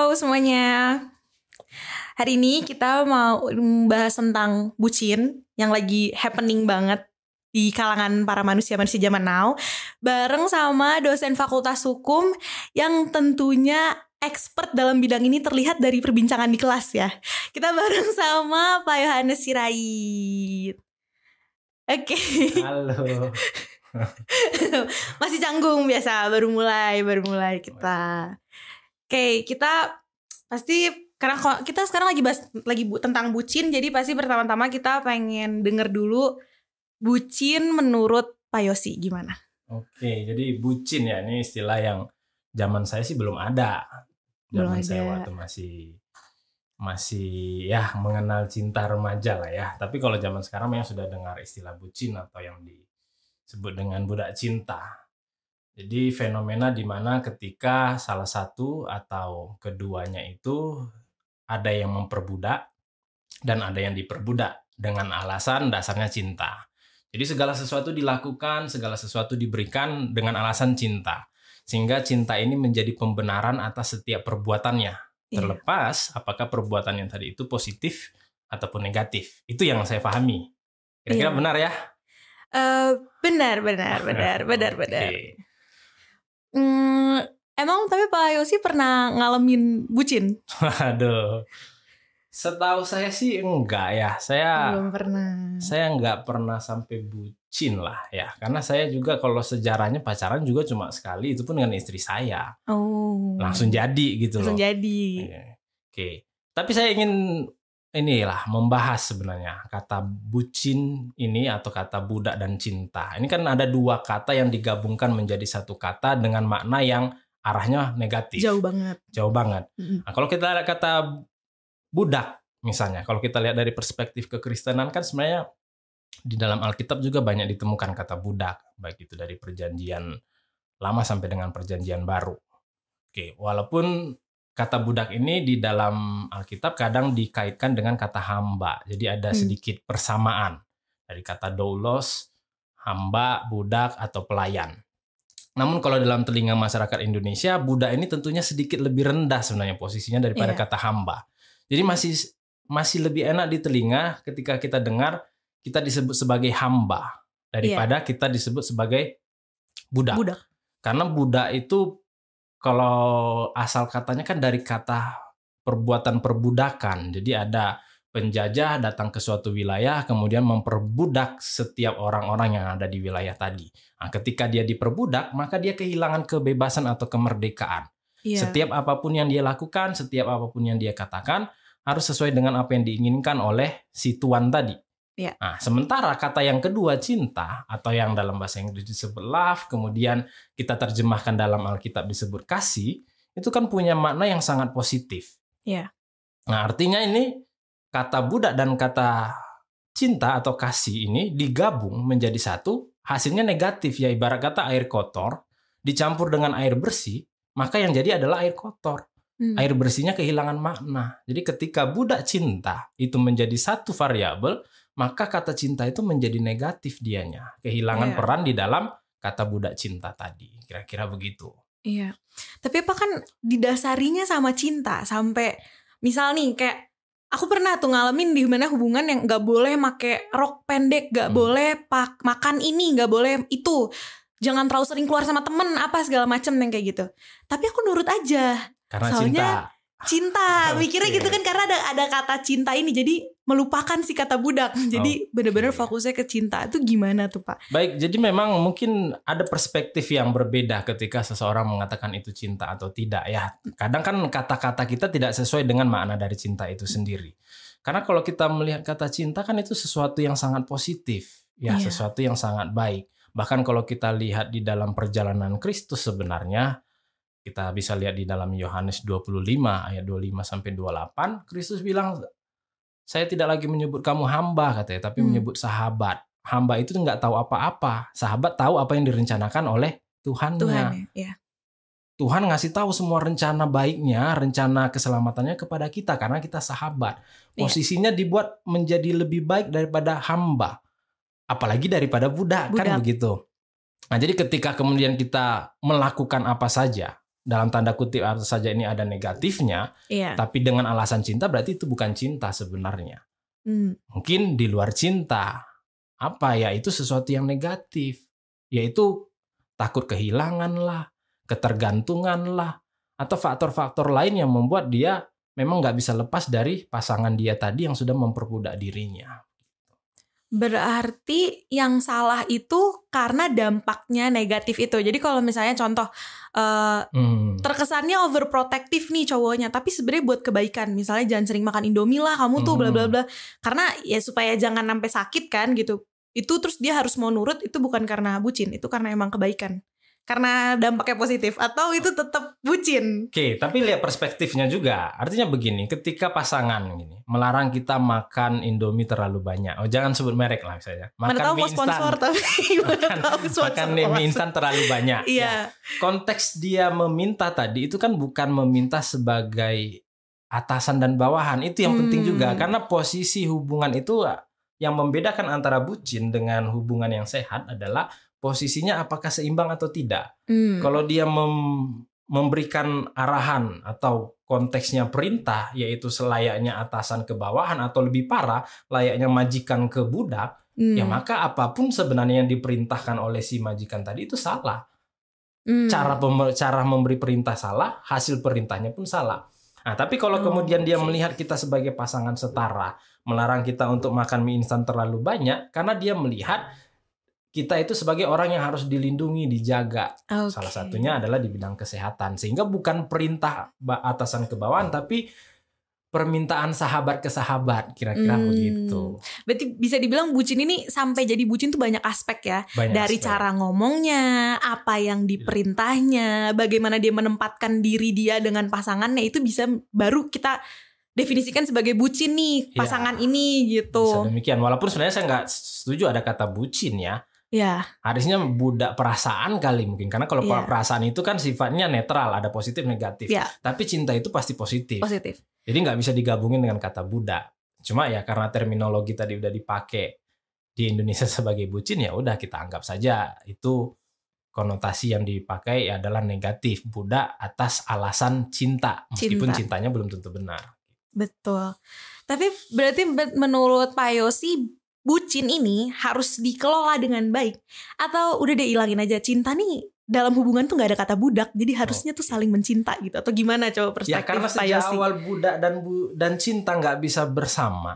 semuanya. Hari ini kita mau membahas tentang bucin yang lagi happening banget di kalangan para manusia-manusia zaman now, bareng sama dosen Fakultas Hukum yang tentunya expert dalam bidang ini terlihat dari perbincangan di kelas ya. Kita bareng sama Pak Yohanes Sirait. Oke. Halo. Masih canggung biasa, baru mulai kita. Oke, kita pasti karena kita sekarang lagi bahas tentang bucin, jadi pasti pertama-tama kita pengen denger dulu bucin menurut Pak Yosi gimana? Oke, jadi bucin ya, ini istilah yang zaman saya sih belum ada. Zaman saya waktu masih ya mengenal cinta remaja lah ya. Tapi kalau zaman sekarang yang sudah dengar istilah bucin atau yang disebut dengan budak cinta. Jadi fenomena di mana ketika salah satu atau keduanya itu ada yang memperbudak dan ada yang diperbudak dengan alasan dasarnya cinta. Jadi segala sesuatu dilakukan, segala sesuatu diberikan dengan alasan cinta. Sehingga cinta ini menjadi pembenaran atas setiap perbuatannya. Terlepas apakah perbuatannya tadi itu positif ataupun negatif. Itu yang saya pahami. Kira-kira benar ya? Benar. Okay. Emang tapi Pak Yosi pernah ngalamin bucin? Waduh, setahu saya sih enggak ya. Belum pernah. Saya enggak pernah sampai bucin lah ya. Karena saya juga kalau sejarahnya pacaran juga cuma sekali, itu pun dengan istri saya. Oh. Langsung jadi gitu loh. Langsung jadi. Oke. Tapi saya ingin membahas sebenarnya kata bucin ini atau kata budak dan cinta. Ini kan ada dua kata yang digabungkan menjadi satu kata dengan makna yang arahnya negatif. Jauh banget. Nah, kalau kita lihat kata budak misalnya, kalau kita lihat dari perspektif kekristenan kan sebenarnya di dalam Alkitab juga banyak ditemukan kata budak, baik itu dari perjanjian lama sampai dengan perjanjian baru. Oke, walaupun kata budak ini di dalam Alkitab kadang dikaitkan dengan kata hamba. Jadi ada sedikit persamaan dari kata doulos, hamba, budak, atau pelayan. Namun kalau dalam telinga masyarakat Indonesia, budak ini tentunya sedikit lebih rendah sebenarnya posisinya daripada kata hamba. Jadi masih lebih enak di telinga ketika kita dengar kita disebut sebagai hamba daripada kita disebut sebagai budak. Karena budak itu kalau asal katanya kan dari kata perbuatan perbudakan. Jadi ada penjajah datang ke suatu wilayah kemudian memperbudak setiap orang-orang yang ada di wilayah tadi. Nah, ketika dia diperbudak, maka dia kehilangan kebebasan atau kemerdekaan. Setiap apapun yang dia lakukan, setiap apapun yang dia katakan harus sesuai dengan apa yang diinginkan oleh si tuan tadi. Nah, sementara kata yang kedua cinta atau yang dalam bahasa Inggris disebut love, kemudian kita terjemahkan dalam Alkitab disebut kasih, itu kan punya makna yang sangat positif. Nah, artinya ini kata budak dan kata cinta atau kasih ini digabung menjadi satu, hasilnya negatif ya, ibarat kata air kotor dicampur dengan air bersih, maka yang jadi adalah air kotor. Air bersihnya kehilangan makna. Jadi ketika budak cinta itu menjadi satu variabel, maka kata cinta itu menjadi negatif dianya. Kehilangan peran di dalam kata budak cinta tadi. Kira-kira begitu. Iya. Tapi apa kan didasarinya sama cinta. Sampai misal nih kayak aku pernah tuh ngalamin di mana hubungan yang gak boleh pakai rok pendek. Gak boleh makan ini. Gak boleh itu. Jangan terlalu sering keluar sama temen. Apa segala macem yang kayak gitu. Tapi aku nurut aja. Karena soalnya cinta. Mikirnya gitu kan karena ada kata cinta ini. Jadi melupakan si kata budak. Jadi benar-benar fokusnya ke cinta. Itu gimana tuh Pak? Baik, jadi memang mungkin ada perspektif yang berbeda ketika seseorang mengatakan itu cinta atau tidak ya. Kadang kan kata-kata kita tidak sesuai dengan makna dari cinta itu sendiri. Karena kalau kita melihat kata cinta kan itu sesuatu yang sangat positif. Ya, sesuatu yang sangat baik. Bahkan kalau kita lihat di dalam perjalanan Kristus sebenarnya, kita bisa lihat di dalam Yohanes 25 ayat 25 sampai 28, Kristus bilang, saya tidak lagi menyebut kamu hamba katanya, tapi menyebut sahabat. Hamba itu nggak tahu apa-apa. Sahabat tahu apa yang direncanakan oleh Tuhannya. Tuhan ngasih tahu semua rencana baiknya, rencana keselamatannya kepada kita karena kita sahabat. Posisinya dibuat menjadi lebih baik daripada hamba. Apalagi daripada budak. Kan begitu. Nah, jadi ketika kemudian kita melakukan apa saja dalam tanda kutip harus saja ini ada negatifnya, tapi dengan alasan cinta berarti itu bukan cinta sebenarnya. Mungkin di luar cinta, apa ya, itu sesuatu yang negatif, yaitu takut kehilangan lah, ketergantungan lah, atau faktor-faktor lain yang membuat dia memang nggak bisa lepas dari pasangan dia tadi yang sudah memperbudak dirinya. Berarti yang salah itu karena dampaknya negatif itu. Jadi kalau misalnya contoh terkesannya overprotective nih cowoknya, tapi sebenarnya buat kebaikan. Misalnya jangan sering makan Indomie lah kamu tuh bla bla bla. Karena ya supaya jangan sampai sakit kan gitu. Itu terus dia harus mau nurut, itu bukan karena bucin, itu karena emang kebaikan. Karena dampaknya positif, atau itu tetap bucin. Oke, tapi lihat perspektifnya juga. Artinya begini, ketika pasangan gini melarang kita makan Indomie terlalu banyak. Oh, jangan sebut merek lah misalnya. Makan mie instan. Makan mie instan terlalu banyak. Iya. Ya. Konteks dia meminta tadi itu kan bukan meminta sebagai atasan dan bawahan. Itu yang penting juga, karena posisi hubungan itu yang membedakan antara bucin dengan hubungan yang sehat adalah posisinya apakah seimbang atau tidak. Kalau dia memberikan arahan atau konteksnya perintah, yaitu selayaknya atasan ke bawahan atau lebih parah, layaknya majikan ke budak, ya maka apapun sebenarnya yang diperintahkan oleh si majikan tadi itu salah. Cara memberi perintah salah, hasil perintahnya pun salah. Nah, tapi kalau kemudian dia melihat kita sebagai pasangan setara, melarang kita untuk makan mie instan terlalu banyak, karena dia melihat kita itu sebagai orang yang harus dilindungi, dijaga. Salah satunya adalah di bidang kesehatan. Sehingga bukan perintah atasan ke bawahan, tapi permintaan sahabat ke sahabat, kira-kira begitu. Berarti bisa dibilang bucin ini sampai jadi bucin tuh banyak aspek ya. Dari cara ngomongnya, apa yang diperintahnya, bagaimana dia menempatkan diri dia dengan pasangannya, itu bisa baru kita definisikan sebagai bucin nih pasangan ini gitu. Bisa demikian. Walaupun sebenarnya saya nggak setuju ada kata bucin ya. Ya. Harusnya budak perasaan kali mungkin, karena kalau perasaan itu kan sifatnya netral, ada positif negatif. Tapi cinta itu pasti positif. Jadi nggak bisa digabungin dengan kata budak. Cuma ya karena terminologi tadi udah dipakai di Indonesia sebagai bucin, ya udah kita anggap saja itu konotasi yang dipakai adalah negatif, budak atas alasan cinta, meskipun cintanya belum tentu benar. Betul. Tapi berarti menurut Pak Yosi, bucin ini harus dikelola dengan baik, atau udah deh ilangin aja, cinta nih dalam hubungan tuh nggak ada kata budak, jadi harusnya tuh saling mencinta gitu, atau gimana coba perspektif ya? Karena sejak awal budak dan cinta nggak bisa bersama,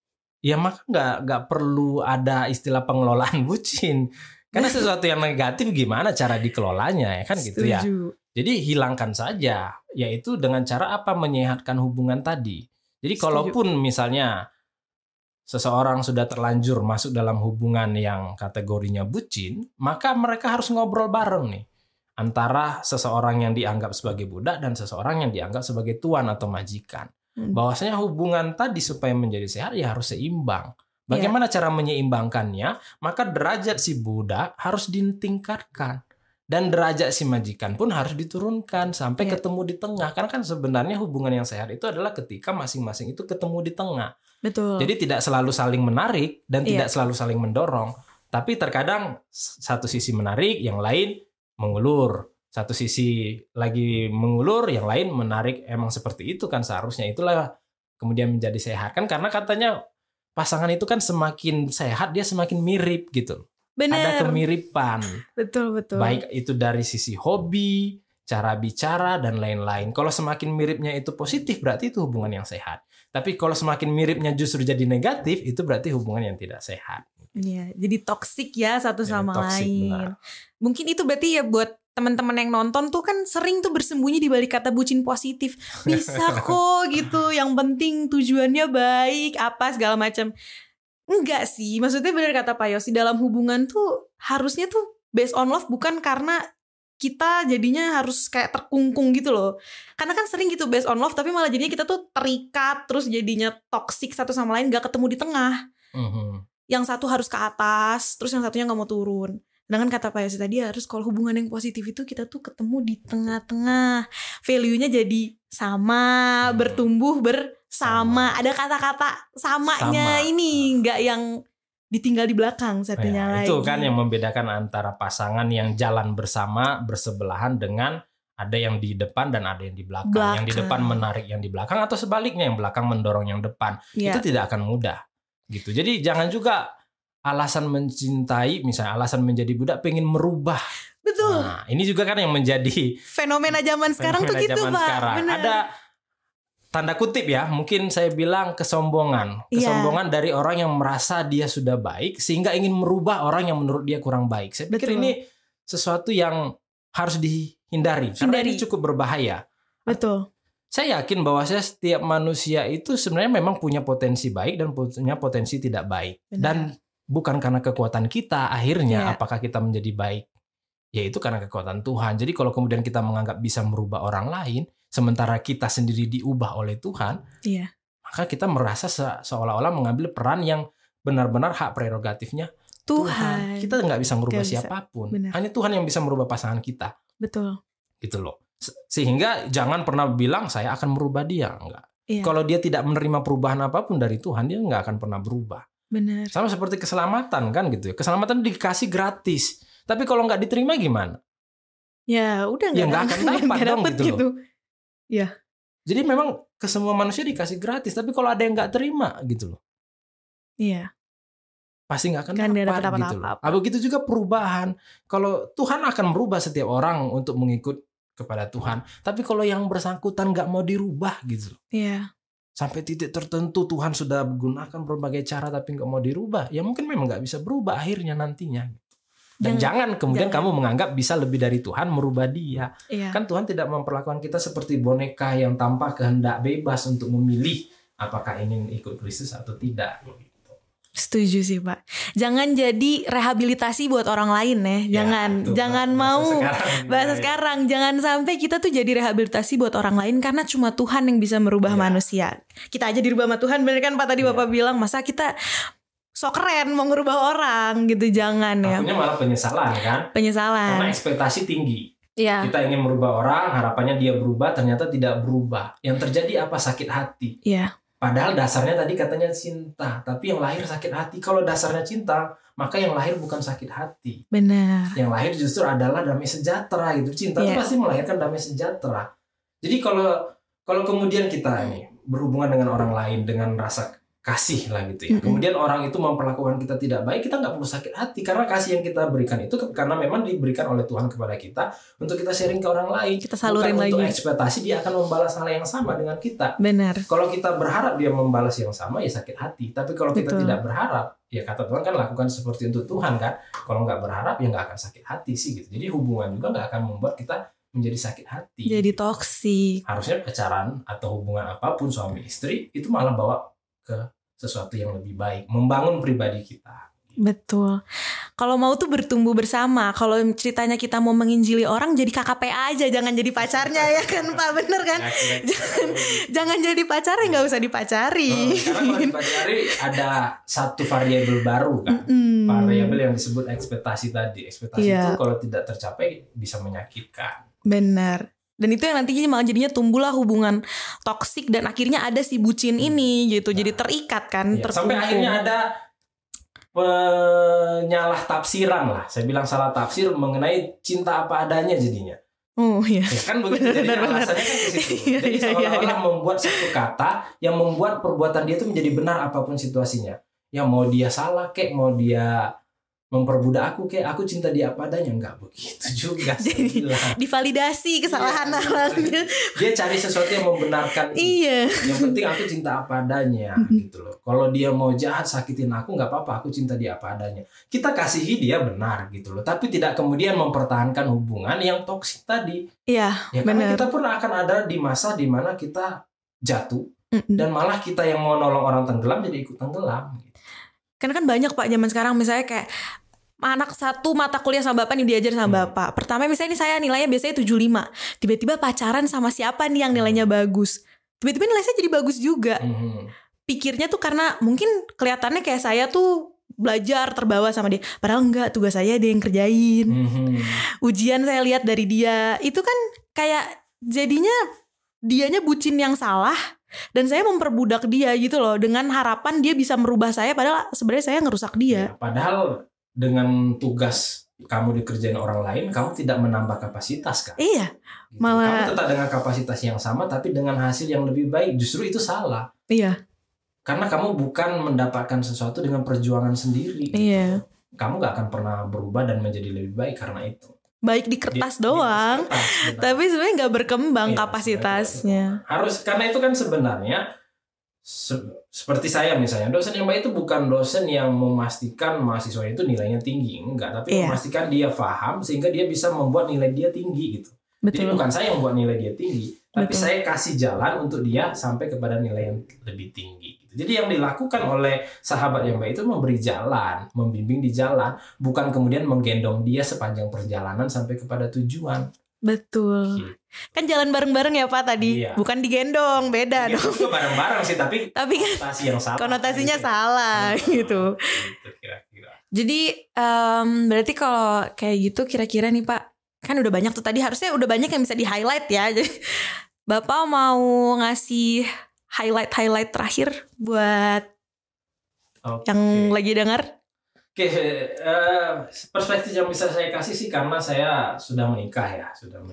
ya maka nggak perlu ada istilah pengelolaan bucin, karena sesuatu yang negatif gimana cara dikelolanya, ya kan gitu ya. Jadi hilangkan saja, yaitu dengan cara apa, menyehatkan hubungan tadi. Jadi kalaupun misalnya seseorang sudah terlanjur masuk dalam hubungan yang kategorinya bucin, maka mereka harus ngobrol bareng nih, antara seseorang yang dianggap sebagai budak dan seseorang yang dianggap sebagai tuan atau majikan. Bahwasanya hubungan tadi supaya menjadi sehat ya harus seimbang. Bagaimana cara menyeimbangkannya? Maka derajat si budak harus ditingkatkan. Dan derajat si majikan pun harus diturunkan sampai ketemu di tengah. Karena kan sebenarnya hubungan yang sehat itu adalah ketika masing-masing itu ketemu di tengah. Betul. Jadi tidak selalu saling menarik dan tidak selalu saling mendorong. Tapi terkadang satu sisi menarik, yang lain mengulur. Satu sisi lagi mengulur, yang lain menarik. Emang seperti itu kan seharusnya. Itulah kemudian menjadi sehat. Kan karena katanya pasangan itu kan semakin sehat, dia semakin mirip gitu. Bener. Ada kemiripan. Betul. Baik itu dari sisi hobi, cara bicara, dan lain-lain. Kalau semakin miripnya itu positif, berarti itu hubungan yang sehat. Tapi kalau semakin miripnya justru jadi negatif, itu berarti hubungan yang tidak sehat. Iya, jadi toksik ya satu sama lain. Benar. Mungkin itu berarti ya buat teman-teman yang nonton tuh kan sering tuh bersembunyi di balik kata bucin positif. Bisa kok gitu, yang penting tujuannya baik, apa segala macam. Enggak sih, maksudnya benar kata Pak Yosi, dalam hubungan tuh harusnya tuh based on love, bukan karena kita jadinya harus kayak terkungkung gitu loh. Karena kan sering gitu based on love, tapi malah jadinya kita tuh terikat, terus jadinya toksik satu sama lain, gak ketemu di tengah. Yang satu harus ke atas, terus yang satunya gak mau turun. Sedangkan kata Pak Yosi tadi, harus kalau hubungan yang positif itu kita tuh ketemu di tengah-tengah, value-nya jadi sama, bertumbuh bersama. Ada kata-kata samanya ini, nggak yang ditinggal di belakang satunya lagi. Itu kan yang membedakan antara pasangan yang jalan bersama, bersebelahan dengan Ada yang di depan dan ada yang di belakang. Yang di depan menarik yang di belakang, atau sebaliknya yang belakang mendorong yang depan. Itu tidak akan mudah gitu. Jadi jangan juga alasan mencintai, misalnya alasan menjadi budak pengen merubah. Betul. Nah, ini juga kan yang menjadi fenomena zaman sekarang tuh gitu, Pak. Bener. Ada tanda kutip ya, mungkin saya bilang kesombongan. Kesombongan dari orang yang merasa dia sudah baik sehingga ingin merubah orang yang menurut dia kurang baik. Saya pikir ini sesuatu yang harus dihindari. Karena ini cukup berbahaya. Betul. Saya yakin bahwa setiap manusia itu sebenarnya memang punya potensi baik dan punya potensi tidak baik. Benar. Dan bukan karena kekuatan kita akhirnya apakah kita menjadi baik. Yaitu karena kekuatan Tuhan. Jadi kalau kemudian kita menganggap bisa merubah orang lain, sementara kita sendiri diubah oleh Tuhan, maka kita merasa seolah-olah mengambil peran yang benar-benar hak prerogatifnya Tuhan. Kita nggak bisa merubah siapapun. Benar. Hanya Tuhan yang bisa merubah pasangan kita. Betul. Gitu loh. Sehingga jangan pernah bilang saya akan merubah dia. Enggak. Kalau dia tidak menerima perubahan apapun dari Tuhan, dia nggak akan pernah berubah. Benar. Sama seperti keselamatan kan gitu ya. Keselamatan dikasih gratis. Tapi kalau nggak diterima gimana? Ya udah nggak akan dapat dong gitu loh. Ya. Jadi memang ke semua manusia dikasih gratis. Tapi kalau ada yang nggak terima gitu loh. Iya. Pasti nggak akan dapat gitu loh. Begitu juga perubahan. Kalau Tuhan akan merubah setiap orang untuk mengikut kepada Tuhan. Tapi kalau yang bersangkutan nggak mau dirubah gitu loh. Iya. Sampai titik tertentu Tuhan sudah gunakan berbagai cara tapi nggak mau dirubah. Ya mungkin memang nggak bisa berubah akhirnya nantinya. Dan jangan kemudian kamu menganggap bisa lebih dari Tuhan merubah dia. Kan Tuhan tidak memperlakukan kita seperti boneka yang tanpa kehendak bebas untuk memilih apakah ingin ikut Kristus atau tidak. Setuju sih, Pak. Jangan jadi rehabilitasi buat orang lain ya. Jangan mau bahasa sekarang. Jangan sampai kita tuh jadi rehabilitasi buat orang lain karena cuma Tuhan yang bisa merubah manusia. Kita aja dirubah sama Tuhan, bener kan Pak tadi Bapak bilang, masa kita sok keren mau ngerubah orang gitu, jangan ya. Akhirnya malah penyesalan kan? Penyesalan. Karena ekspektasi tinggi. Kita ingin merubah orang, harapannya dia berubah, ternyata tidak berubah. Yang terjadi apa? Sakit hati. Padahal dasarnya tadi katanya cinta, tapi yang lahir sakit hati. Kalau dasarnya cinta, maka yang lahir bukan sakit hati. Benar. Yang lahir justru adalah damai sejahtera gitu. Cinta itu pasti melahirkan damai sejahtera. Jadi kalau kemudian kita ini berhubungan dengan orang lain dengan rasa kasih lah gitu ya. Kemudian orang itu memperlakukan kita tidak baik, kita nggak perlu sakit hati karena kasih yang kita berikan itu karena memang diberikan oleh Tuhan kepada kita untuk kita sharing ke orang lain. Kita salurin bukan lagi. Untuk ekspektasi dia akan membalas hal yang sama dengan kita. Benar. Kalau kita berharap dia membalas yang sama ya sakit hati. Tapi kalau kita tidak berharap, ya kata Tuhan kan lakukan seperti untuk Tuhan kan. Kalau nggak berharap ya nggak akan sakit hati sih gitu. Jadi hubungan juga nggak akan membuat kita menjadi sakit hati. Jadi toksik. Harusnya pacaran atau hubungan apapun suami istri itu malah bawa ke sesuatu yang lebih baik, membangun pribadi kita. Betul. Kalau mau tuh bertumbuh bersama. Kalau ceritanya kita mau menginjili orang, jadi KKP aja, jangan jadi pacarnya ya kan Pak, bener kan? Jangan jadi pacarnya, nggak usah dipacari. Karena kalau dipacari ada satu variabel baru kan, variabel yang disebut ekspektasi tadi. Ekspektasi itu kalau tidak tercapai bisa menyakitkan. Benar. Dan itu yang nantinya malah jadinya tumbuhlah hubungan toksik dan akhirnya ada si bucin ini gitu. Jadi terikat kan, sampai akhirnya ada penyalah tafsiran lah. Saya bilang salah tafsir mengenai cinta apa adanya jadinya. Oh iya. Ya, kan begitu jadi alasannya kan ke situ. Jadi seolah-olah membuat satu kata yang membuat perbuatan dia itu menjadi benar apapun situasinya. Ya mau dia salah kek, mau dia memperbudak aku kayak aku cinta dia apa adanya, enggak begitu juga. Jadi divalidasi kesalahan dia cari sesuatu yang membenarkan. Yang penting aku cinta apa adanya gitu loh. Kalau dia mau jahat sakitin aku nggak apa-apa, aku cinta dia apa adanya. Kita kasihi dia benar gitu loh, tapi tidak kemudian mempertahankan hubungan yang toksik tadi. Ya, karena kita pun akan ada di masa di mana kita jatuh dan malah kita yang mau nolong orang tenggelam jadi ikut tenggelam. Karena kan banyak Pak zaman sekarang misalnya kayak anak satu mata kuliah sama bapak nih diajar sama bapak. Pertama misalnya ini saya nilainya biasanya 75. Tiba-tiba pacaran sama siapa nih yang nilainya bagus. Tiba-tiba nilai saya jadi bagus juga. Pikirnya tuh karena mungkin kelihatannya kayak saya tuh belajar terbawa sama dia. Padahal enggak, tugas saya dia yang kerjain. Ujian saya lihat dari dia. Itu kan kayak jadinya dianya bucin yang salah. Dan saya memperbudak dia gitu loh. Dengan harapan dia bisa merubah saya. Padahal sebenarnya saya ngerusak dia. Padahal dengan tugas kamu dikerjain orang lain, kamu tidak menambah kapasitas kan? Iya, Gitu. malah- Kamu tetap dengan kapasitas yang sama tapi dengan hasil yang lebih baik. Justru itu salah. Iya, Karena kamu bukan mendapatkan sesuatu dengan perjuangan sendiri. iya. Kamu gak akan pernah berubah dan menjadi lebih baik karena itu. Baik di kertas Di doang, kertas, benar. tapi sebenarnya nggak berkembang Iya, kapasitasnya. harus, karena itu kan sebenarnya seperti saya misalnya, dosen yang baik itu bukan dosen yang memastikan mahasiswa itu nilainya tinggi, enggak, tapi Iya. memastikan dia paham sehingga dia bisa membuat nilai dia tinggi gitu. Jadi Betul. bukan saya yang membuat nilai dia tinggi, tapi Betul. saya kasih jalan untuk dia sampai kepada nilai yang lebih tinggi gitu. Jadi yang dilakukan oleh sahabat yang baik itu memberi jalan, membimbing di jalan, bukan kemudian menggendong dia sepanjang perjalanan sampai kepada tujuan. Betul. Gitu. Kan jalan bareng-bareng ya Pak tadi, Iya. bukan digendong, beda Ya, dong. itu bareng-bareng sih, tapi Tapi kan konotasi yang salah. konotasinya gitu. salah gitu. Gitu kira-kira. Jadi berarti kalau kayak gitu kira-kira nih Pak, kan udah banyak tuh tadi, harusnya udah banyak yang bisa di highlight ya. Jadi Bapak mau ngasih highlight terakhir buat Oke. yang lagi dengar? Oke, perspektif yang bisa saya kasih sih karena saya sudah menikah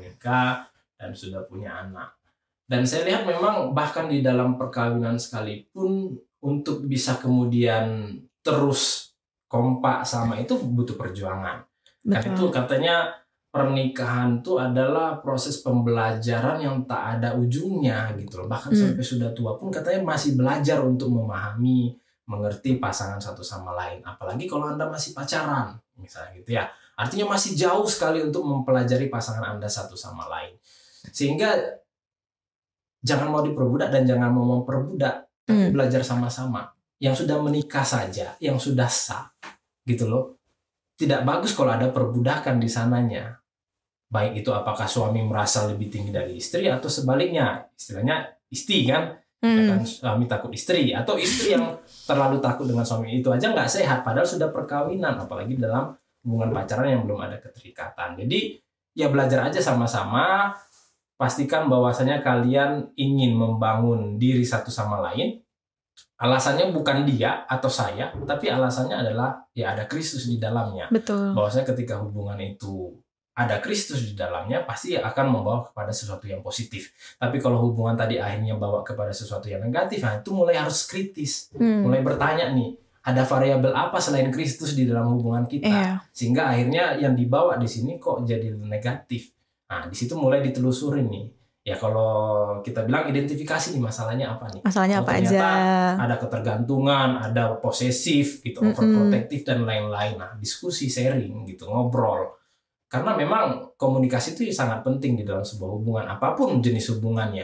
dan sudah punya anak. Dan saya lihat memang bahkan di dalam perkawinan sekalipun untuk bisa kemudian terus kompak sama itu butuh perjuangan. Kan itu katanya pernikahan itu adalah proses pembelajaran yang tak ada ujungnya gitu loh. Bahkan sampai sudah tua pun katanya masih belajar untuk memahami, mengerti pasangan satu sama lain. Apalagi kalau Anda masih pacaran, misalnya gitu ya. Artinya masih jauh sekali untuk mempelajari pasangan Anda satu sama lain. Sehingga jangan mau diperbudak dan jangan mau memperbudak, tapi belajar sama-sama. Yang sudah menikah saja, yang sudah sah, gitu loh. Tidak bagus kalau ada perbudakan di sananya. Baik itu apakah suami merasa lebih tinggi dari istri atau sebaliknya. Istilahnya istri kan. Bahkan suami takut istri atau istri yang terlalu takut dengan suami, itu aja nggak sehat padahal sudah perkawinan, apalagi dalam hubungan pacaran yang belum ada keterikatan. Jadi ya belajar aja sama-sama, pastikan bahwasanya kalian ingin membangun diri satu sama lain. Alasannya bukan dia atau saya, tapi alasannya adalah ya ada Kristus di dalamnya. Betul. Bahwasanya ketika hubungan itu ada Kristus di dalamnya, pasti akan membawa kepada sesuatu yang positif. Tapi kalau hubungan tadi akhirnya bawa kepada sesuatu yang negatif, nah itu mulai harus kritis. Mulai bertanya nih, ada variabel apa selain Kristus di dalam hubungan kita? Sehingga akhirnya yang dibawa di sini kok jadi negatif. Nah, di situ mulai ditelusurin nih. Ya kalau kita bilang identifikasi nih, masalahnya apa nih? Masalahnya apa aja? Ada ketergantungan, ada posesif, gitu, overprotective dan lain-lain. Nah, diskusi, sharing, gitu, ngobrol. Karena memang komunikasi itu sangat penting di dalam sebuah hubungan, apapun jenis hubungannya.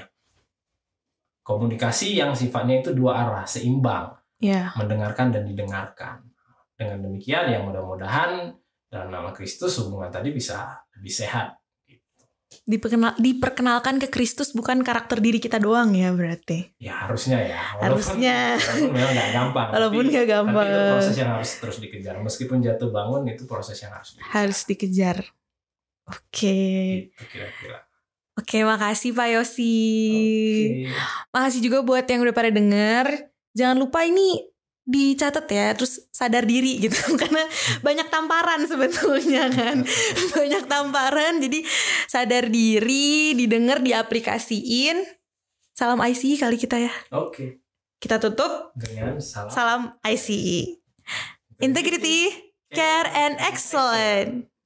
Komunikasi yang sifatnya itu dua arah, seimbang, mendengarkan dan didengarkan. Dengan demikian, ya mudah-mudahan dalam nama Kristus hubungan tadi bisa lebih sehat. Diperkenalkan ke Kristus bukan karakter diri kita doang ya berarti. Ya harusnya ya. Walaupun memang nggak gampang. Walaupun nggak gampang. Tapi itu proses yang harus terus dikejar. Meskipun jatuh bangun itu proses yang harus dikejar. Oke. Gitu kira-kira. Oke, makasih Pak Yosi. Makasih juga buat yang udah pada denger. Jangan lupa ini dicatat ya, terus sadar diri gitu. Karena banyak tamparan sebetulnya kan. Banyak tamparan, jadi sadar diri, didengar, diaplikasiin. Salam ICE kali kita ya. Oke. Kita tutup dengan salam ICE. Integrity, care and excellence.